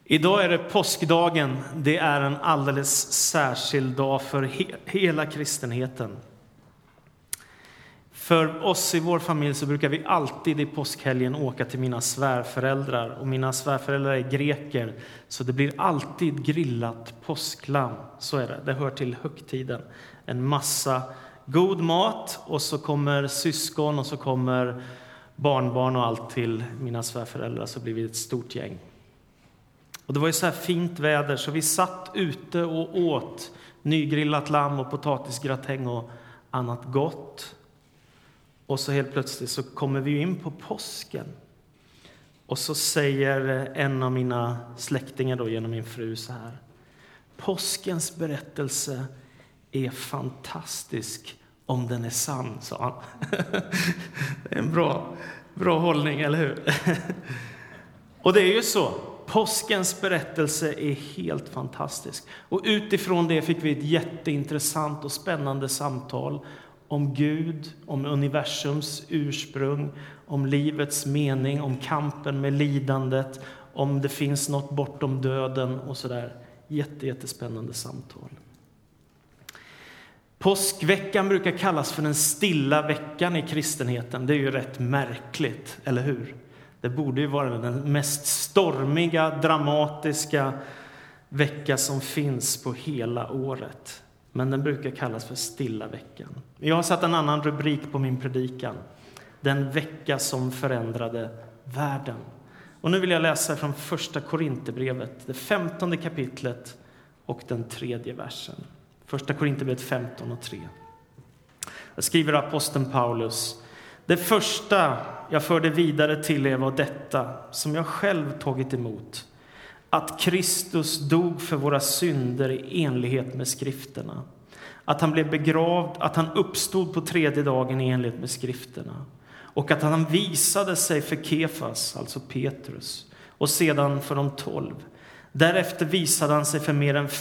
Idag är det påskdagen. Det är en alldeles särskild dag för hela kristenheten. För oss i vår familj så brukar vi alltid i påskhelgen åka till mina svärföräldrar. Och mina svärföräldrar är greker, så det blir alltid grillat påsklamm. Så är det. Det hör till högtiden. En massa god mat, och så kommer syskon och så kommer barnbarn och allt till mina svärföräldrar, så blir vi ett stort gäng. Och det var ju så här fint väder, så vi satt ute och åt nygrillat lamm och potatisgratäng och annat gott. Och så helt plötsligt så kommer vi in på påsken. Och så säger en av mina släktingar då genom min fru så här: påskens berättelse är fantastisk om den är sann, sa han. Det är en bra hållning, eller hur? Och det är ju så. Påskens berättelse är helt fantastisk. Och utifrån det fick vi ett jätteintressant och spännande samtal om Gud, om universums ursprung, om livets mening, om kampen med lidandet, om det finns något bortom döden och sådär. Jättespännande samtal. Påskveckan brukar kallas för den stilla veckan i kristenheten. Det är ju rätt märkligt, eller hur? Det borde ju vara den mest stormiga, dramatiska vecka som finns på hela året. Men den brukar kallas för stilla veckan. Jag har satt en annan rubrik på min predikan. Den vecka som förändrade världen. Och nu vill jag läsa från första Korinthierbrevet, det 15:e kapitlet och den 3:e versen. Första Korinthierbrevet 15 och 3. Där skriver aposteln Paulus: det första jag förde vidare till er var detta, som jag själv tagit emot. Att Kristus dog för våra synder i enlighet med skrifterna. Att han blev begravd, att han uppstod på 3:e dagen i enlighet med skrifterna. Och att han visade sig för Kefas, alltså Petrus, och sedan för de 12. Därefter visade han sig för mer än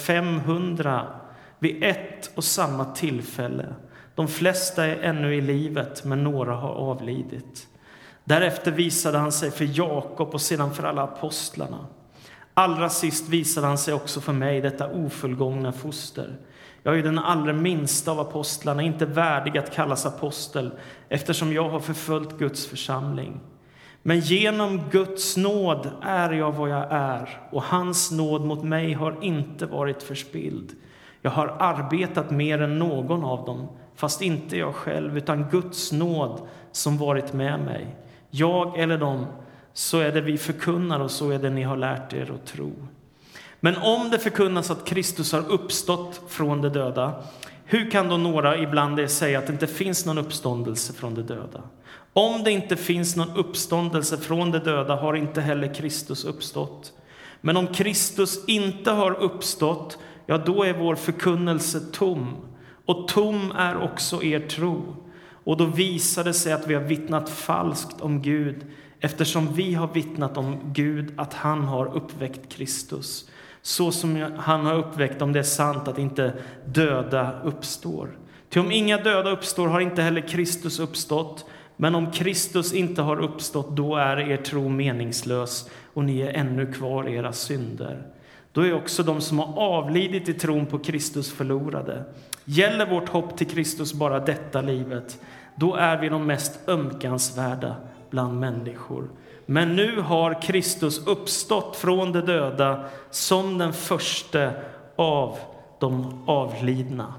500 vid ett och samma tillfälle. De flesta är ännu i livet, men några har avlidit. Därefter visade han sig för Jakob och sedan för alla apostlarna. Allra sist visade han sig också för mig, detta ofullgångna foster. Jag är den allra minsta av apostlarna, inte värdig att kallas apostel, eftersom jag har förföljt Guds församling. Men genom Guds nåd är jag vad jag är, och hans nåd mot mig har inte varit förspilld. Jag har arbetat mer än någon av dem, fast inte jag själv, utan Guds nåd som varit med mig. Jag eller dem, så är det vi förkunnar, och så är det ni har lärt er att tro. Men om det förkunnas att Kristus har uppstått från de döda, hur kan då några ibland säga att det inte finns någon uppståndelse från de döda? Om det inte finns någon uppståndelse från de döda har inte heller Kristus uppstått. Men om Kristus inte har uppstått, ja, då är vår förkunnelse tom. Och tom är också er tro. Och då visar det sig att vi har vittnat falskt om Gud, eftersom vi har vittnat om Gud att han har uppväckt Kristus. Så som han har uppväckt, om det är sant att inte döda uppstår. Ty om inga döda uppstår har inte heller Kristus uppstått. Men om Kristus inte har uppstått, då är er tro meningslös och ni är ännu kvar i era synder. Då är också de som har avlidit i tron på Kristus förlorade. Gäller vårt hopp till Kristus bara detta livet, då är vi de mest ömkansvärda bland människor. Men nu har Kristus uppstått från de döda som den första av de avlidna.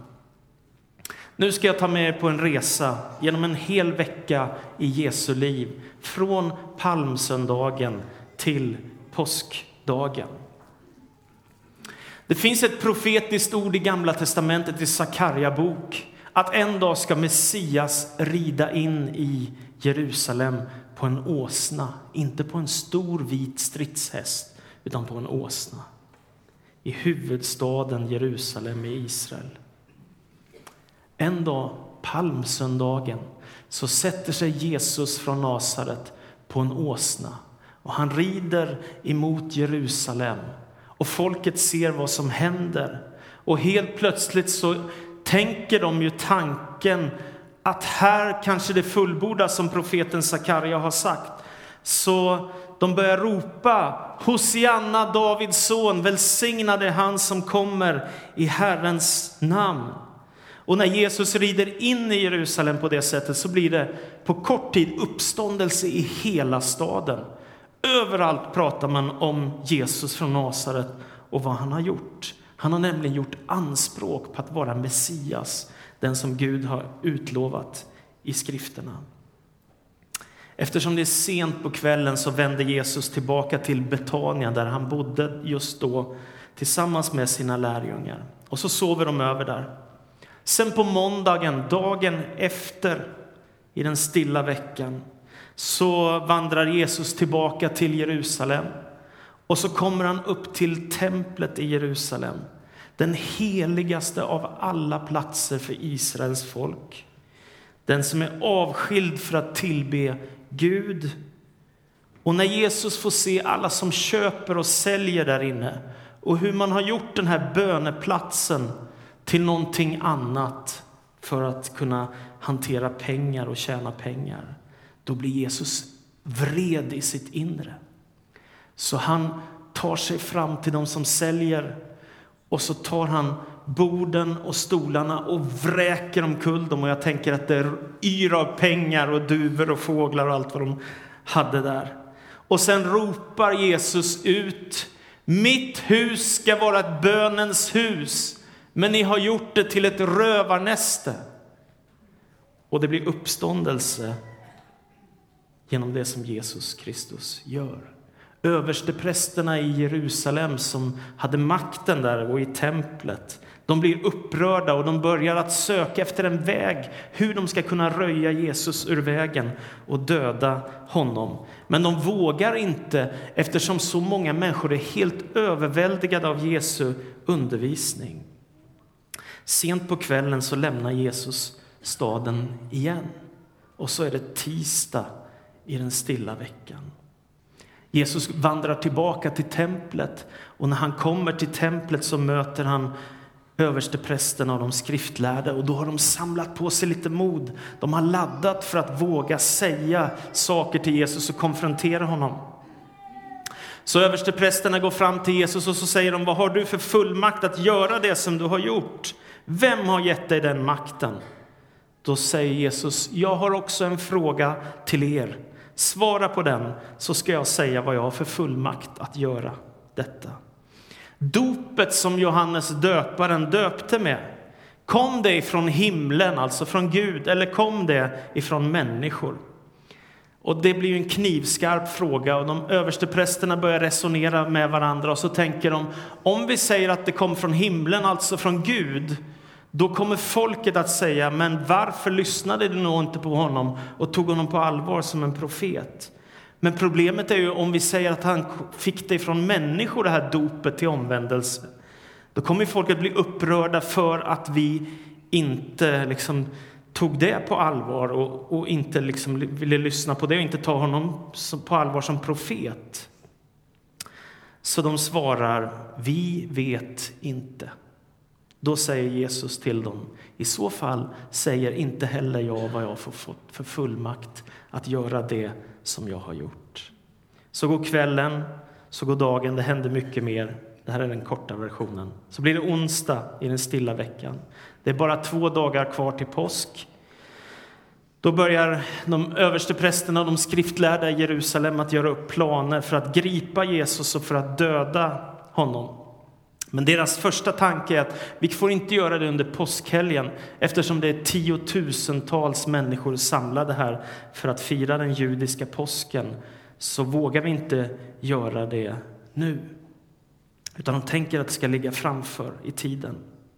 Nu ska jag ta med er på en resa genom en hel vecka i Jesu liv. Från palmsöndagen till påskdagen. Det finns ett profetiskt ord i Gamla testamentet i Sakarja bok. Att en dag ska Messias rida in i Jerusalem på en åsna. Inte på en stor vit stridshäst, utan på en åsna. I huvudstaden Jerusalem i Israel. En dag, palmsöndagen, så sätter sig Jesus från Nasaret på en åsna. Och han rider emot Jerusalem. Och folket ser vad som händer. Och helt plötsligt så tänker de ju tanken att här kanske det fullbordas som profeten Sakarja har sagt. Så de börjar ropa: Hosianna, Davids son, välsignade är han som kommer i Herrens namn. Och när Jesus rider in i Jerusalem på det sättet så blir det på kort tid uppståndelse i hela staden. Överallt pratar man om Jesus från Nasaret och vad han har gjort. Han har nämligen gjort anspråk på att vara Messias, den som Gud har utlovat i skrifterna. Eftersom det är sent på kvällen så vänder Jesus tillbaka till Betania där han bodde just då tillsammans med sina lärjungar. Och så sover de över där. Sen på måndagen, dagen efter i den stilla veckan, så vandrar Jesus tillbaka till Jerusalem. Och så kommer han upp till templet i Jerusalem. Den heligaste av alla platser för Israels folk. Den som är avskild för att tillbe Gud. Och när Jesus får se alla som köper och säljer där inne och hur man har gjort den här böneplatsen till någonting annat för att kunna hantera pengar och tjäna pengar, då blir Jesus vred i sitt inre. Så han tar sig fram till de som säljer och så tar han borden och stolarna och vräker omkull dem. Och jag tänker att det yr av pengar och duvor och fåglar och allt vad de hade där. Och sen ropar Jesus ut: mitt hus ska vara ett bönens hus, men ni har gjort det till ett rövarnäste. Och det blir uppståndelse genom det som Jesus Kristus gör. Översteprästerna i Jerusalem som hade makten där och i templet, de blir upprörda och de börjar att söka efter en väg hur de ska kunna röja Jesus ur vägen och döda honom. Men de vågar inte eftersom så många människor är helt överväldigade av Jesu undervisning. Sent på kvällen så lämnar Jesus staden igen. Och så är det tisdag i den stilla veckan. Jesus vandrar tillbaka till templet. Och när han kommer till templet så möter han översteprästerna och de skriftlärda. Och då har de samlat på sig lite mod. De har laddat för att våga säga saker till Jesus och konfrontera honom. Så översteprästerna går fram till Jesus och så säger de: vad har du för fullmakt att göra det som du har gjort? Vem har gett dig den makten? Då säger Jesus: jag har också en fråga till er. Svara på den så ska jag säga vad jag har för fullmakt att göra detta. Dopet som Johannes döparen döpte med, kom det ifrån himlen, alltså från Gud, eller kom det ifrån människor? Och det blir ju en knivskarp fråga och de översteprästerna börjar resonera med varandra och så tänker de: om vi säger att det kom från himlen, alltså från Gud, då kommer folket att säga: men varför lyssnade du nog inte på honom och tog honom på allvar som en profet? Men problemet är ju om vi säger att han fick det från människor, det här dopet till omvändelse. Då kommer folket bli upprörda för att vi inte tog det på allvar och inte ville lyssna på det och inte ta honom på allvar som profet. Så de svarar: vi vet inte. Då säger Jesus till dem: i så fall säger inte heller jag vad jag har fått för fullmakt att göra det som jag har gjort. Så går kvällen, så går dagen, det händer mycket mer. Det här är den korta versionen. Så blir det onsdag i den stilla veckan. Det är bara 2 dagar kvar till påsk. Då börjar de översteprästerna och de skriftlärda i Jerusalem att göra upp planer för att gripa Jesus och för att döda honom. Men deras första tanke är att vi får inte göra det under påskhelgen eftersom det är 10 000-tals människor samlade här för att fira den judiska påsken. Så vågar vi inte göra det nu. Utan de tänker att det ska ligga framför i tiden.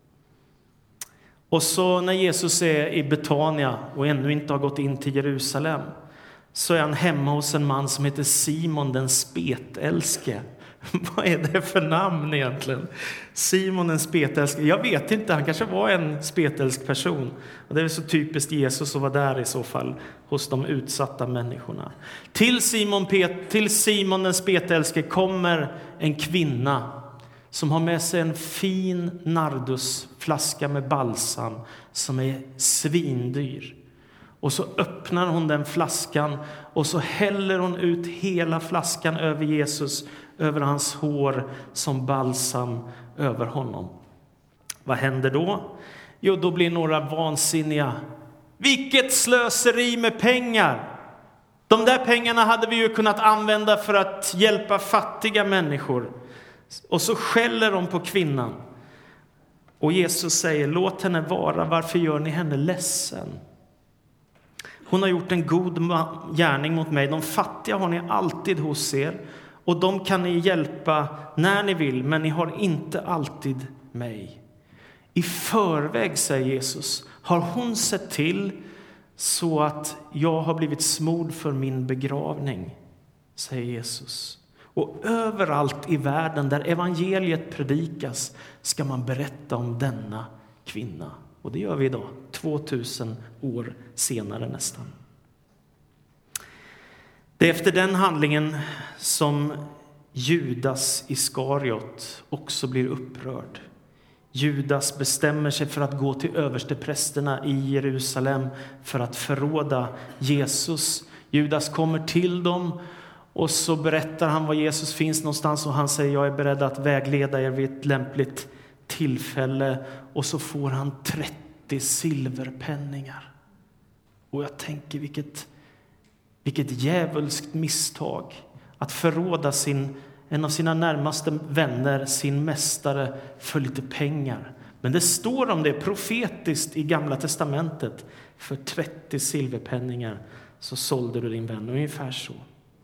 Och så när Jesus är i Betania och ännu inte har gått in till Jerusalem så är han hemma hos en man som heter Simon den spetälske. Vad är det för namn egentligen? Simon den spetälske. Jag vet inte, han kanske var en spetälsk person. Och det är så typiskt Jesus att vara där i så fall hos de utsatta människorna. Till Simon den spetälske kommer en kvinna som har med sig en fin nardusflaska med balsam som är svindyr. Och så öppnar hon den flaskan och så häller hon ut hela flaskan över Jesus, över hans hår som balsam över honom. Vad händer då? Jo, då blir några vansinniga. Vilket slöseri med pengar! De där pengarna hade vi ju kunnat använda för att hjälpa fattiga människor. Och så skäller de på kvinnan. Och Jesus säger, låt henne vara, varför gör ni henne ledsen? Hon har gjort en god gärning mot mig. De fattiga har ni alltid hos er. Och de kan ni hjälpa när ni vill, men ni har inte alltid mig. I förväg, säger Jesus, har hon sett till så att jag har blivit smord för min begravning, säger Jesus. Och överallt i världen där evangeliet predikas ska man berätta om denna kvinna. Och det gör vi idag, 2000 år senare nästan. Det är efter den handlingen som Judas Iskariot också blir upprörd. Judas bestämmer sig för att gå till översteprästerna i Jerusalem för att förråda Jesus. Judas kommer till dem och så berättar han var Jesus finns någonstans och han säger jag är beredd att vägleda er vid ett lämpligt tillfälle. Och så får han 30 silverpenningar. Och jag tänker vilket djävulskt misstag att förråda en av sina närmaste vänner, sin mästare, för lite pengar. Men det står om det profetiskt i Gamla testamentet. För 30 silverpenningar så sålde du din vän, ungefär så.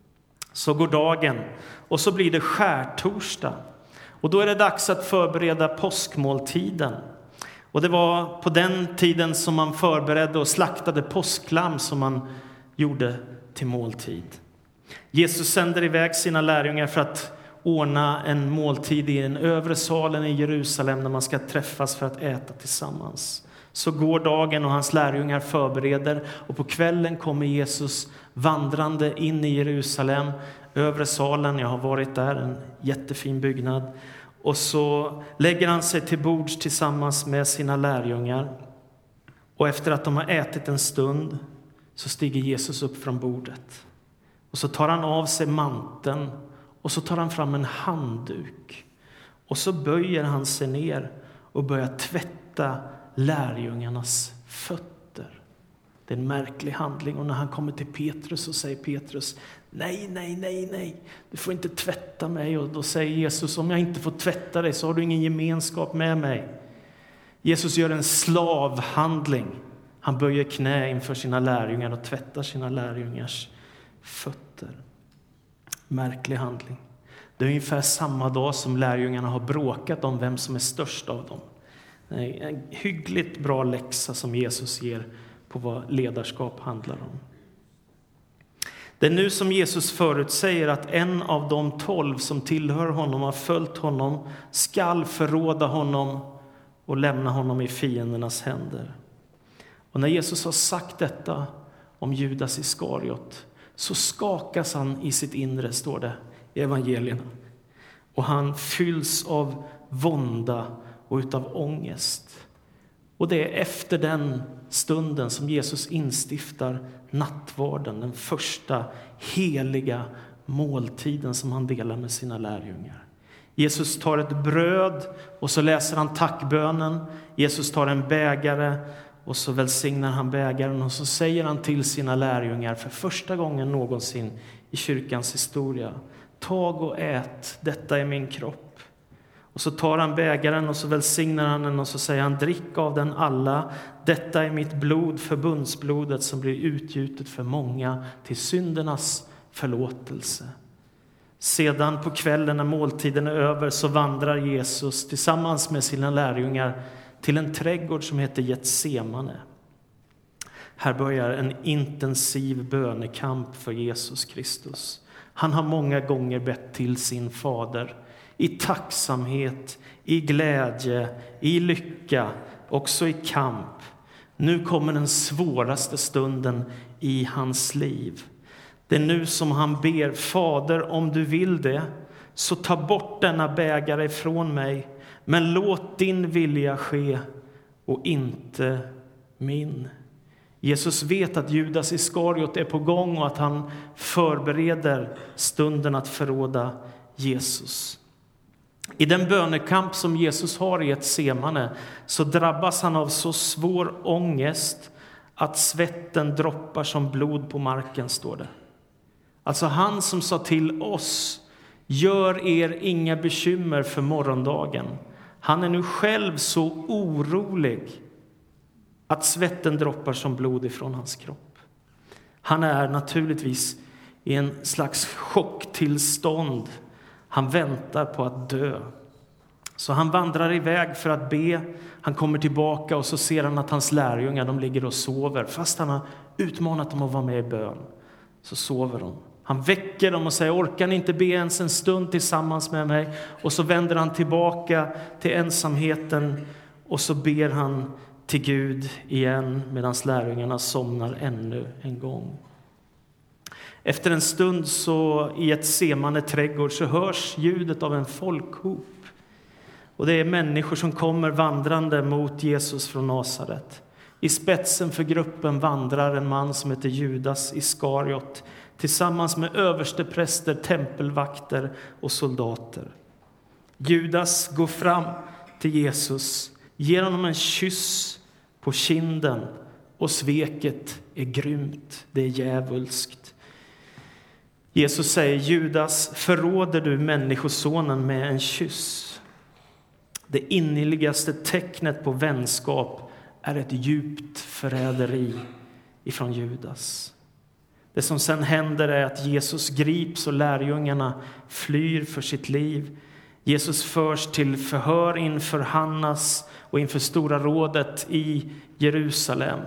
Så går dagen och så blir det skärtorsdag. Och då är det dags att förbereda påskmåltiden. Och det var på den tiden som man förberedde och slaktade påsklamm som man gjorde till måltid. Jesus sänder iväg sina lärjungar för att ordna en måltid i den övre salen i Jerusalem när man ska träffas för att äta tillsammans. Så går dagen och hans lärjungar förbereder och på kvällen kommer Jesus vandrande in i Jerusalem, övre salen. Jag har varit där, en jättefin byggnad. Och så lägger han sig till bords tillsammans med sina lärjungar. Och efter att de har ätit en stund så stiger Jesus upp från bordet. Och så tar han av sig manteln och så tar han fram en handduk. Och så böjer han sig ner och börjar tvätta lärjungarnas fötter. Det är en märklig handling. Och när han kommer till Petrus så säger Petrus, nej, du får inte tvätta mig. Och då säger Jesus, om jag inte får tvätta dig så har du ingen gemenskap med mig. Jesus gör en slavhandling. Han böjer knä inför sina lärjungar och tvättar sina lärjungars fötter. Märklig handling. Det är ungefär samma dag som lärjungarna har bråkat om vem som är störst av dem. En hyggligt bra läxa som Jesus ger på vad ledarskap handlar om. Det är nu som Jesus förutsäger att en av de 12 som tillhör honom har följt honom skall förråda honom och lämna honom i fiendernas händer. Och när Jesus har sagt detta om Judas Iskariot så skakas han i sitt inre, står det i evangelierna. Och han fylls av vånda och utav ångest. Och det är efter den stunden som Jesus instiftar nattvarden, den första heliga måltiden som han delar med sina lärjungar. Jesus tar ett bröd och så läser han tackbönen. Jesus tar en bägare och så välsignar han bägaren och så säger han till sina lärjungar för första gången någonsin i kyrkans historia: tag och ät, detta är min kropp. Och så tar han bägaren och så välsignar han den och så säger han: drick av den alla, detta är mitt blod, förbundsblodet som blir utgjutet för många till syndernas förlåtelse. Sedan på kvällen när måltiden är över så vandrar Jesus tillsammans med sina lärjungar till en trädgård som heter Getsemane. Här börjar en intensiv bönekamp för Jesus Kristus. Han har många gånger bett till sin fader i tacksamhet, i glädje, i lycka, också i kamp. Nu kommer den svåraste stunden i hans liv. Det är nu som han ber: Fader, om du vill det, så ta bort denna bägare ifrån mig. Men låt din vilja ske och inte min. Jesus vet att Judas Iskariot är på gång och att han förbereder stunden att förråda Jesus. I den bönekamp som Jesus har i Getsemane så drabbas han av så svår ångest att svetten droppar som blod på marken, står det. Alltså han som sa till oss, gör er inga bekymmer för morgondagen. Han är nu själv så orolig att svetten droppar som blod ifrån hans kropp. Han är naturligtvis i en slags chocktillstånd. Han väntar på att dö. Så han vandrar iväg för att be. Han kommer tillbaka och så ser han att hans lärjungar, de ligger och sover. Fast han har utmanat dem att vara med i bön, så sover de. Han väcker dem och säger, orkar ni inte be ens en stund tillsammans med mig? Och så vänder han tillbaka till ensamheten och så ber han till Gud igen medan lärjungarna somnar ännu en gång. Efter en stund så i ett semane trädgård så hörs ljudet av en folkhop. Och det är människor som kommer vandrande mot Jesus från Nasaret. I spetsen för gruppen vandrar en man som heter Judas Iskariot tillsammans med överstepräster, tempelvakter och soldater. Judas går fram till Jesus, ger honom en kyss på kinden och sveket är grymt, det är djävulskt. Jesus säger, Judas, förråder du människosonen med en kyss? Det innerligaste tecknet på vänskap är ett djupt förräderi ifrån Judas. Det som sen händer är att Jesus grips och lärjungarna flyr för sitt liv. Jesus förs till förhör inför Hannas och inför Stora rådet i Jerusalem.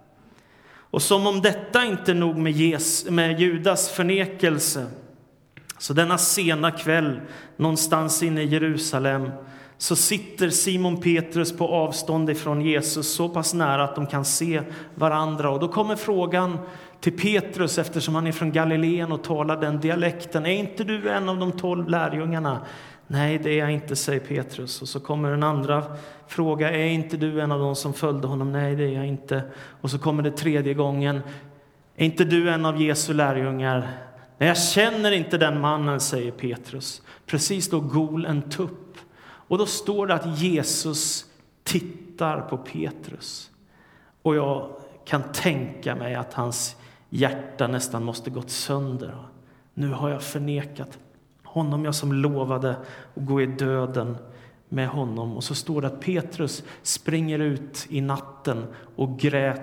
Och som om detta inte nog med Judas förnekelse, så denna sena kväll någonstans inne i Jerusalem så sitter Simon Petrus på avstånd ifrån Jesus så pass nära att de kan se varandra. Och då kommer frågan till Petrus, eftersom han är från Galileen och talar den dialekten. Är inte du en av de 12 lärjungarna? Nej, det är jag inte, säger Petrus. Och så kommer en andra fråga. Är inte du en av de som följde honom? Nej, det är jag inte. Och så kommer det tredje gången. Är inte du en av Jesu lärjungar? Nej, jag känner inte den mannen, säger Petrus. Precis då gol en tupp. Och då står det att Jesus tittar på Petrus. Och jag kan tänka mig att hans hjärta nästan måste gått sönder. Nu har jag förnekat honom, jag som lovade att gå i döden med honom. Och så står det att Petrus springer ut i natten och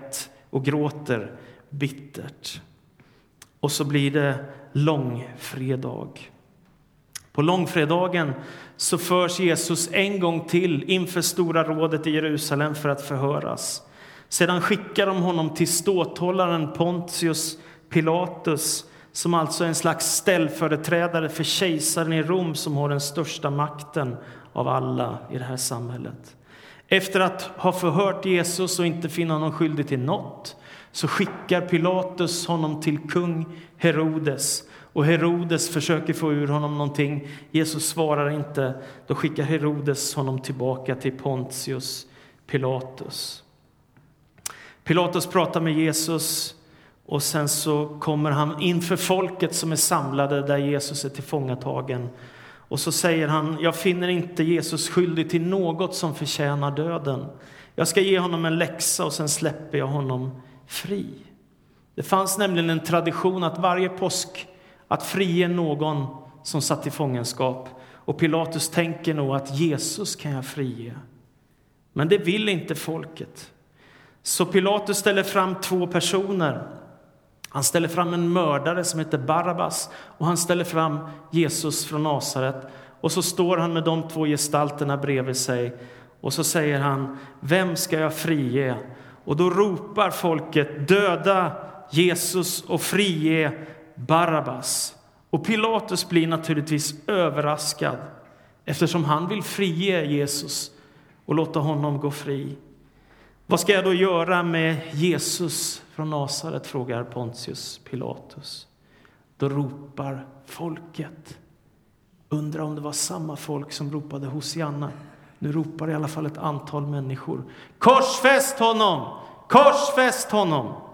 gråter bittert. Och så blir det långfredag. På långfredagen så förs Jesus en gång till inför Stora rådet i Jerusalem för att förhöras. Sedan skickar de honom till ståthållaren Pontius Pilatus, som alltså är en slags ställföreträdare för kejsaren i Rom som har den största makten av alla i det här samhället. Efter att ha förhört Jesus och inte finna honom skyldig till något så skickar Pilatus honom till kung Herodes. Och Herodes försöker få ur honom någonting. Jesus svarar inte. Då skickar Herodes honom tillbaka till Pontius Pilatus. Pilatus pratar med Jesus och sen så kommer han inför folket som är samlade där Jesus är tillfångatagen. Och så säger han, jag finner inte Jesus skyldig till något som förtjänar döden. Jag ska ge honom en läxa och sen släpper jag honom fri. Det fanns nämligen en tradition att varje påsk att frige någon som satt i fångenskap. Och Pilatus tänker nog att Jesus kan jag frige. Men det vill inte folket. Så Pilatus ställer fram 2 personer. Han ställer fram en mördare som heter Barabbas. Och han ställer fram Jesus från Nasaret. Och så står han med de 2 gestalterna bredvid sig. Och så säger han, vem ska jag frige? Och då ropar folket, döda Jesus och frige Barabbas. Och Pilatus blir naturligtvis överraskad eftersom han vill frige Jesus och låta honom gå fri. Vad ska jag då göra med Jesus från Nasaret, frågar Pontius Pilatus. Då ropar folket. Undrar om det var samma folk som ropade Hosianna. Nu ropar i alla fall ett antal människor. Korsfäst honom! Korsfäst honom!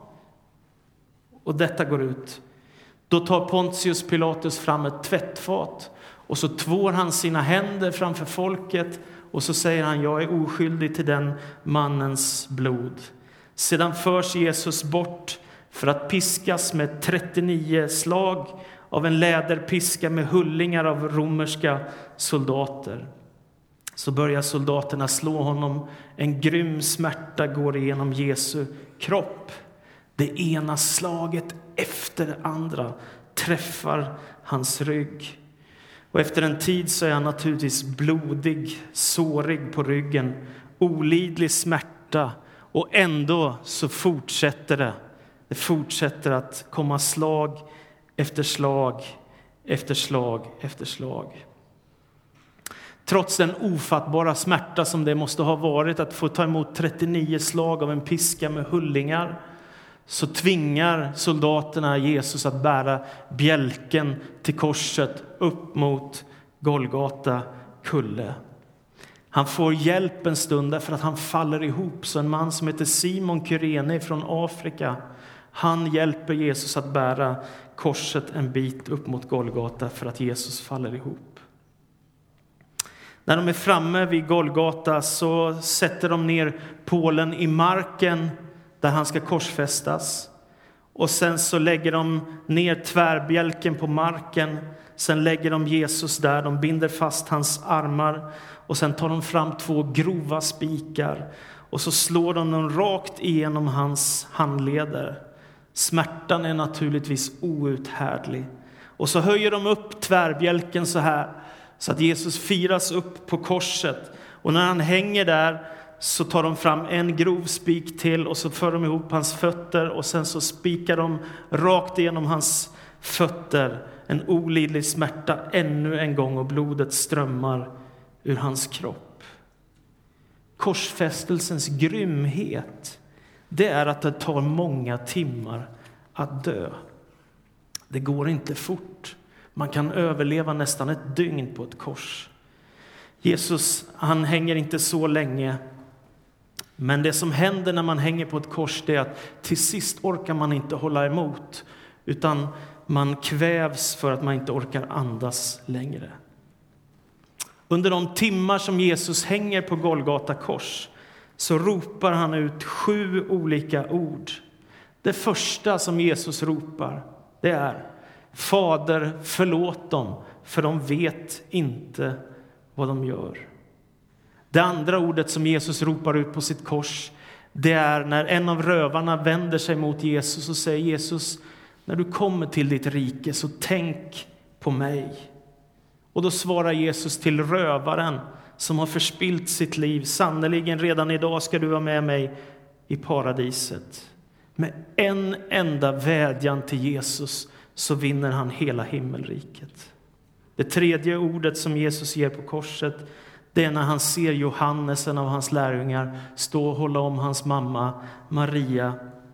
Och detta går ut. Då tar Pontius Pilatus fram ett tvättfat och så tvår han sina händer framför folket och så säger han: jag är oskyldig till den mannens blod. Sedan förs Jesus bort för att piskas med 39 slag av en läderpiska med hullingar av romerska soldater. Så börjar soldaterna slå honom. En grym smärta går igenom Jesu kropp. Det ena slaget efter det andra träffar hans rygg. Och efter en tid så är han naturligtvis blodig, sårig på ryggen, olidlig smärta. Och ändå så fortsätter det. Det fortsätter att komma slag efter slag, efter slag, efter slag. Trots den ofattbara smärta som det måste ha varit att få ta emot 39 slag av en piska med hullingar, så tvingar soldaterna Jesus att bära bjälken till korset upp mot Golgata kulle. Han får hjälp en stund därför att han faller ihop. Så en man som heter Simon Kyrene från Afrika, han hjälper Jesus att bära korset en bit upp mot Golgata för att Jesus faller ihop. När de är framme vid Golgata så sätter de ner pålen i marken där han ska korsfästas. Och sen så lägger de ner tvärbjälken på marken. Sen lägger de Jesus där, de binder fast hans armar. Och sen tar de fram 2 grova spikar. Och så slår de dem rakt igenom hans handleder. Smärtan är naturligtvis outhärdlig. Och så höjer de upp tvärbjälken så här, så att Jesus firas upp på korset. Och när han hänger där så tar de fram en grov spik till och så för de ihop hans fötter. Och sen så spikar de rakt igenom hans fötter. En olidlig smärta ännu en gång och blodet strömmar ur hans kropp. Korsfästelsens grymhet, det är att det tar många timmar att dö. Det går inte fort. Man kan överleva nästan ett dygn på ett kors. Jesus, han hänger inte så länge. Men det som händer när man hänger på ett kors, det är att till sist orkar man inte hålla emot. Utan man kvävs för att man inte orkar andas längre. Under de timmar som Jesus hänger på Golgata kors så ropar han ut 7 olika ord. Det första som Jesus ropar, det är: Fader, förlåt dem, för de vet inte vad de gör. Det andra ordet som Jesus ropar ut på sitt kors, det är när en av rövarna vänder sig mot Jesus och säger: Jesus, när du kommer till ditt rike så tänk på mig. Och då svarar Jesus till rövaren som har förspilt sitt liv: sannoliken redan idag ska du vara med mig i paradiset. Med en enda vädjan till Jesus så vinner han hela himmelriket. Det tredje ordet som Jesus ger på korset, det är när han ser Johannes, en av hans lärjungar, stå och hålla om hans mamma Maria.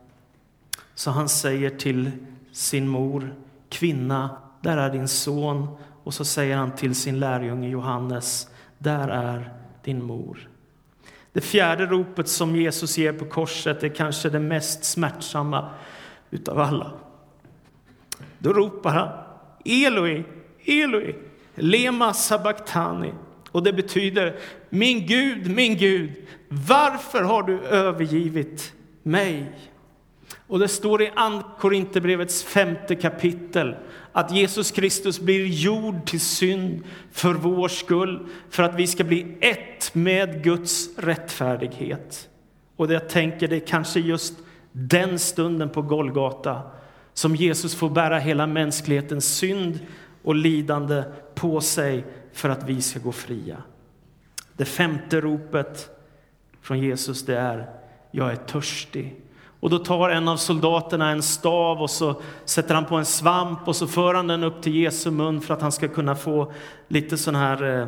Så han säger till sin mor: kvinna, där är din son. Och så säger han till sin lärjunge Johannes: där är din mor. Det fjärde ropet som Jesus ger på korset är kanske det mest smärtsamma utav alla. Då ropar han: Eloi, Eloi, lema sabachthani. Och det betyder: min Gud, varför har du övergivit mig? Och det står i Korinthierbrevets 5:e kapitel att Jesus Kristus blir gjord till synd för vår skull, för att vi ska bli ett med Guds rättfärdighet. Och jag tänker, det är kanske just den stunden på Golgata som Jesus får bära hela mänsklighetens synd och lidande på sig för att vi ska gå fria. Det 5:e ropet från Jesus, det är: jag är törstig. Och då tar en av soldaterna en stav och så sätter han på en svamp och så för han den upp till Jesu mun för att han ska kunna få lite sån här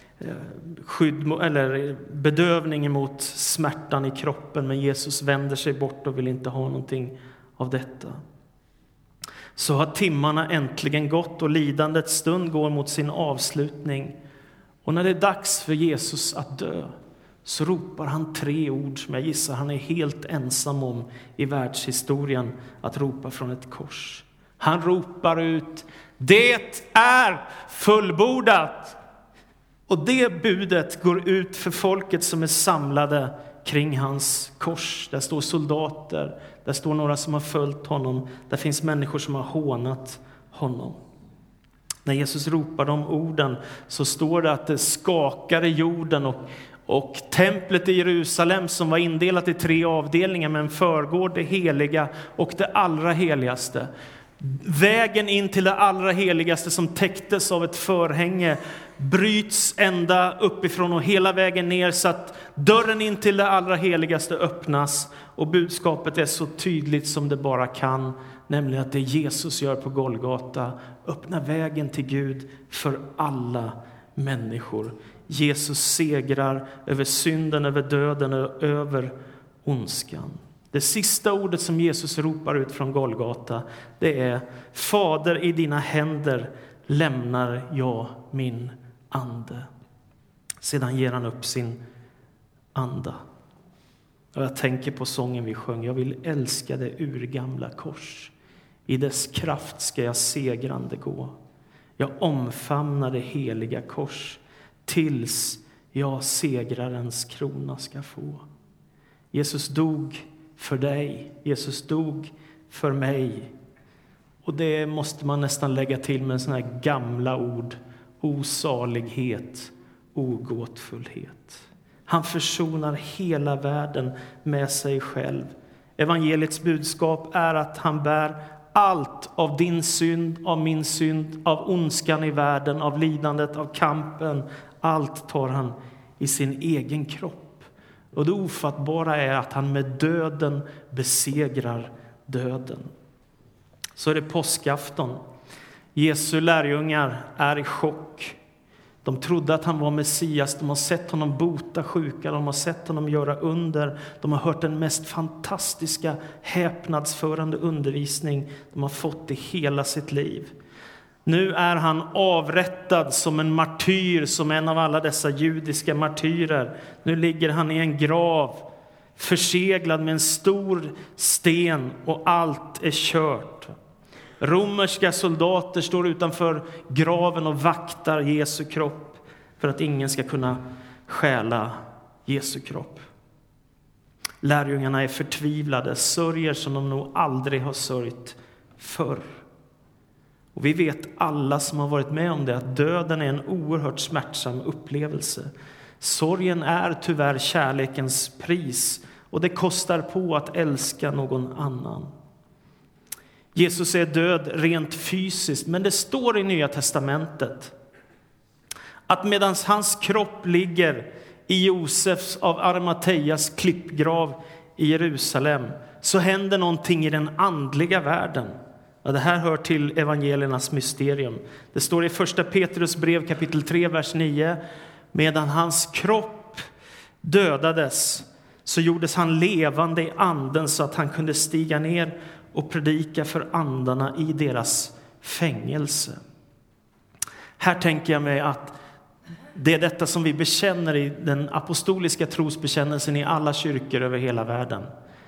skydd eller bedövning emot smärtan i kroppen. Men Jesus vänder sig bort och vill inte ha någonting av detta. Så har timmarna äntligen gått och lidandets stund går mot sin avslutning. Och när det är dags för Jesus att dö, så ropar han 3 ord som jag gissar han är helt ensam om i världshistorien att ropa från ett kors. Han ropar ut: det är fullbordat! Och det budet går ut för folket som är samlade kring hans kors. Där står soldater, där står några som har följt honom, där finns människor som har hånat honom. När Jesus ropar de orden så står det att det skakade jorden och templet i Jerusalem, som var indelat i 3 avdelningar med en förgård, det heliga och det allra heligaste. Vägen in till det allra heligaste, som täcktes av ett förhänge, bryts ända uppifrån och hela vägen ner, så att dörren in till det allra heligaste öppnas. Och budskapet är så tydligt som det bara kan, nämligen att det Jesus gör på Golgata öppnar vägen till Gud för alla människor. Jesus segrar över synden, över döden och över ondskan. Det sista ordet som Jesus ropar ut från Golgata, det är: Fader, i dina händer lämnar jag min ande. Sedan ger han upp sin anda. Och jag tänker på sången vi sjöng: jag vill älska det urgamla kors. I dess kraft ska jag segrande gå. Jag omfamnar det heliga kors tills jag segrarens krona ska få. Jesus dog för dig. Jesus dog för mig. Och det måste man nästan lägga till med såna här gamla ord: osalighet, ogåtfullhet. Han försonar hela världen med sig själv. Evangeliets budskap är att han bär allt av din synd, av min synd, av ondskan i världen, av lidandet, av kampen. Allt tar han i sin egen kropp. Och det ofattbara är att han med döden besegrar döden. Så är det påskafton. Jesu lärjungar är i chock. De trodde att han var Messias. De har sett honom bota sjuka. De har sett honom göra under. De har hört den mest fantastiska, häpnadsförande undervisning de har fått i hela sitt liv. Nu är han avrättad som en martyr, som en av alla dessa judiska martyrer. Nu ligger han i en grav, förseglad med en stor sten, och allt är kört. Romerska soldater står utanför graven och vaktar Jesu kropp för att ingen ska kunna stjäla Jesu kropp. Lärjungarna är förtvivlade, sörjer som de nog aldrig har sörjt förr. Och vi vet alla som har varit med om det att döden är en oerhört smärtsam upplevelse. Sorgen är tyvärr kärlekens pris, och det kostar på att älska någon annan. Jesus är död rent fysiskt, men det står i Nya testamentet att medan hans kropp ligger i Josefs av Arimateas klippgrav i Jerusalem, så händer någonting i den andliga världen. Ja, det här hör till evangeliernas mysterium. Det står i första Petrus brev kapitel 3, vers 9: medan hans kropp dödades så gjordes han levande i anden, så att han kunde stiga ner och predika för andarna i deras fängelse. Här tänker jag mig att det är detta som vi bekänner i den apostoliska trosbekännelsen i alla kyrkor över hela världen.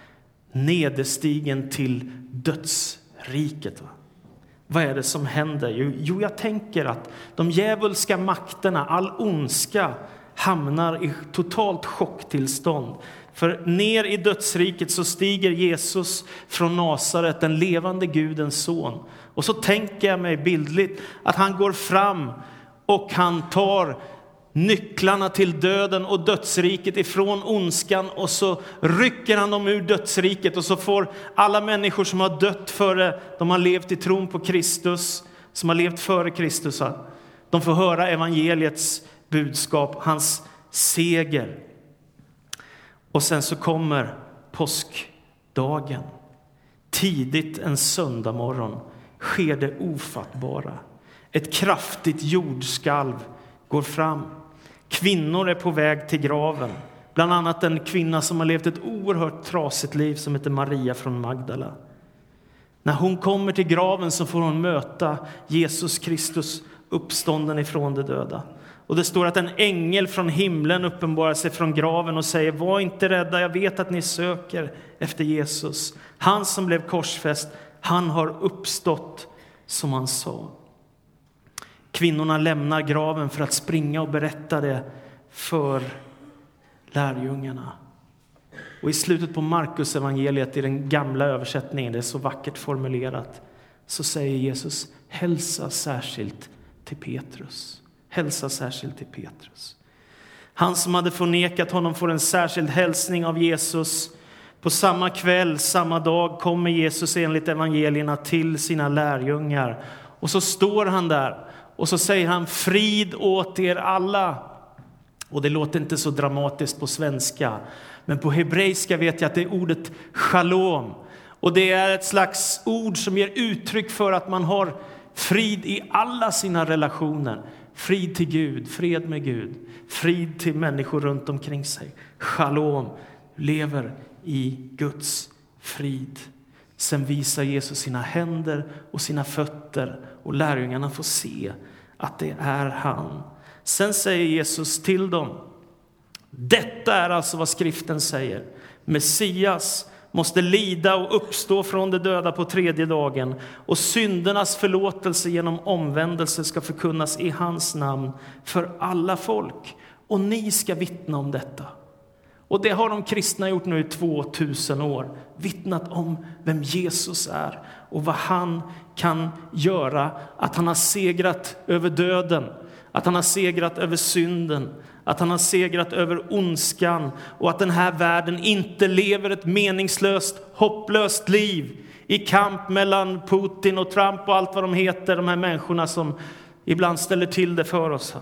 Nederstigen till dödsriket. Vad är det som händer? Jo, jag tänker att de djävulska makterna, all ondska, hamnar i totalt chocktillstånd. För ner i dödsriket så stiger Jesus från Nasaret, den levande Gudens son. Och så tänker jag mig bildligt att han går fram och han tar nycklarna till döden och dödsriket ifrån ondskan, och så rycker han dem ur dödsriket, och så får alla människor som har dött före, de har levt i tron på Kristus, som har levt före Kristus, de får höra evangeliets budskap, hans seger. Och sen så kommer påskdagen. Tidigt en söndag morgon sker det ofattbara. Ett kraftigt jordskalv går fram. Kvinnor är på väg till graven. Bland annat en kvinna som har levt ett oerhört trasigt liv som heter Maria från Magdala. När hon kommer till graven så får hon möta Jesus Kristus, uppstånden ifrån de döda. Och det står att en ängel från himlen uppenbarar sig från graven och säger: var inte rädda, jag vet att ni söker efter Jesus. Han som blev korsfäst, han har uppstått som han sa. Kvinnorna lämnar graven för att springa och berätta det för lärjungarna. Och i slutet på Markus evangeliet, i den gamla översättningen, det är så vackert formulerat, så säger Jesus: hälsa särskilt till Petrus. Hälsa särskilt till Petrus. Han som hade förnekat honom får en särskild hälsning av Jesus. På samma kväll, samma dag, kommer Jesus enligt evangelierna till sina lärjungar. Och så står han där och så säger han: frid åt er alla. Och det låter inte så dramatiskt på svenska, men på hebreiska vet jag att det är ordet shalom. Och det är ett slags ord som ger uttryck för att man har frid i alla sina relationer. Frid till Gud, fred med Gud, frid till människor runt omkring sig. Shalom, lever i Guds frid. Sen visar Jesus sina händer och sina fötter och lärjungarna får se att det är han. Sen säger Jesus till dem: detta är alltså vad skriften säger. Messias måste lida och uppstå från de döda på tredje dagen, och syndernas förlåtelse genom omvändelse ska förkunnas i hans namn för alla folk. Och ni ska vittna om detta. Och det har de kristna gjort nu i 2000 år. Vittnat om vem Jesus är och vad han kan göra. Att han har segrat över döden. Att han har segrat över synden. Att han har segrat över ondskan. Och att den här världen inte lever ett meningslöst, hopplöst liv i kamp mellan Putin och Trump och allt vad de heter. De här människorna som ibland ställer till det för oss.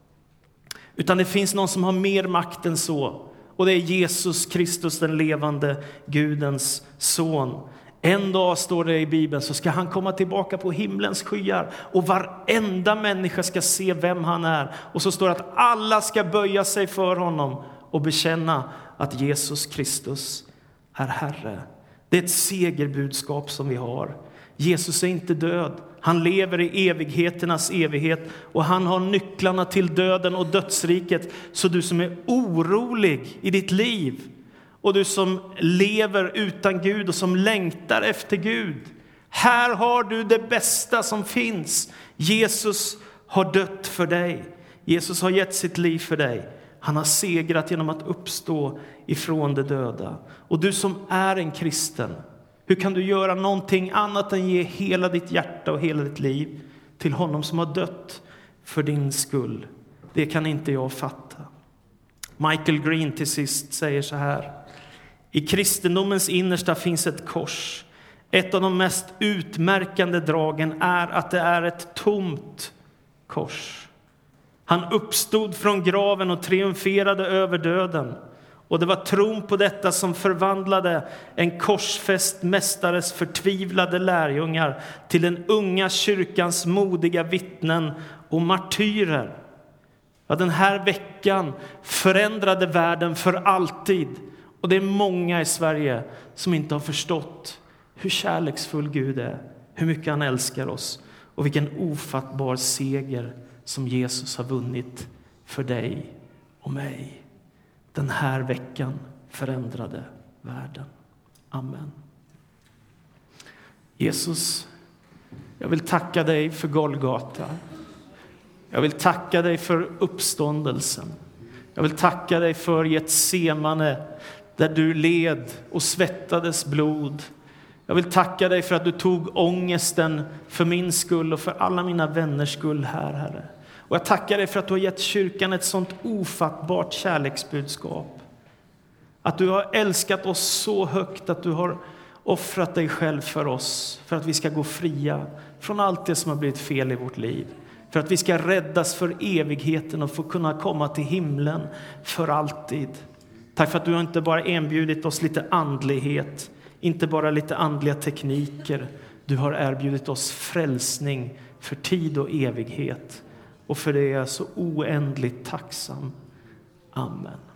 Utan det finns någon som har mer makt än så. Och det är Jesus Kristus, den levande Gudens son. En dag, står det i Bibeln, så ska han komma tillbaka på himlens skyar. Och varenda människa ska se vem han är. Och så står det att alla ska böja sig för honom och bekänna att Jesus Kristus är Herre. Det är ett segerbudskap som vi har. Jesus är inte död. Han lever i evigheternas evighet. Och han har nycklarna till döden och dödsriket. Så du som är orolig i ditt liv, och du som lever utan Gud och som längtar efter Gud, här har du det bästa som finns. Jesus har dött för dig. Jesus har gett sitt liv för dig. Han har segrat genom att uppstå ifrån de döda. Och du som är en kristen, hur kan du göra någonting annat än ge hela ditt hjärta och hela ditt liv till honom som har dött för din skull? Det kan inte jag fatta. Michael Green till sist säger så här: i kristendomens innersta finns ett kors. Ett av de mest utmärkande dragen är att det är ett tomt kors. Han uppstod från graven och triumferade över döden. Och det var tron på detta som förvandlade en korsfäst mästares förtvivlade lärjungar till den unga kyrkans modiga vittnen och martyrer. Ja, den här veckan förändrade världen för alltid. Och det är många i Sverige som inte har förstått hur kärleksfull Gud är, hur mycket han älskar oss och vilken ofattbar seger som Jesus har vunnit för dig och mig. Den här veckan förändrade världen. Amen. Jesus, jag vill tacka dig för Golgata. Jag vill tacka dig för uppståndelsen. Jag vill tacka dig för Getsemane, där du led och svettades blod. Jag vill tacka dig för att du tog ångesten för min skull och för alla mina vänners skull här, Herre. Och jag tackar dig för att du har gett kyrkan ett sånt ofattbart kärleksbudskap. Att du har älskat oss så högt att du har offrat dig själv för oss. För att vi ska gå fria från allt det som har blivit fel i vårt liv. För att vi ska räddas för evigheten och få kunna komma till himlen för alltid. Tack för att du inte bara erbjudit oss lite andlighet, inte bara lite andliga tekniker. Du har erbjudit oss frälsning för tid och evighet. Och för det är jag så oändligt tacksam. Amen.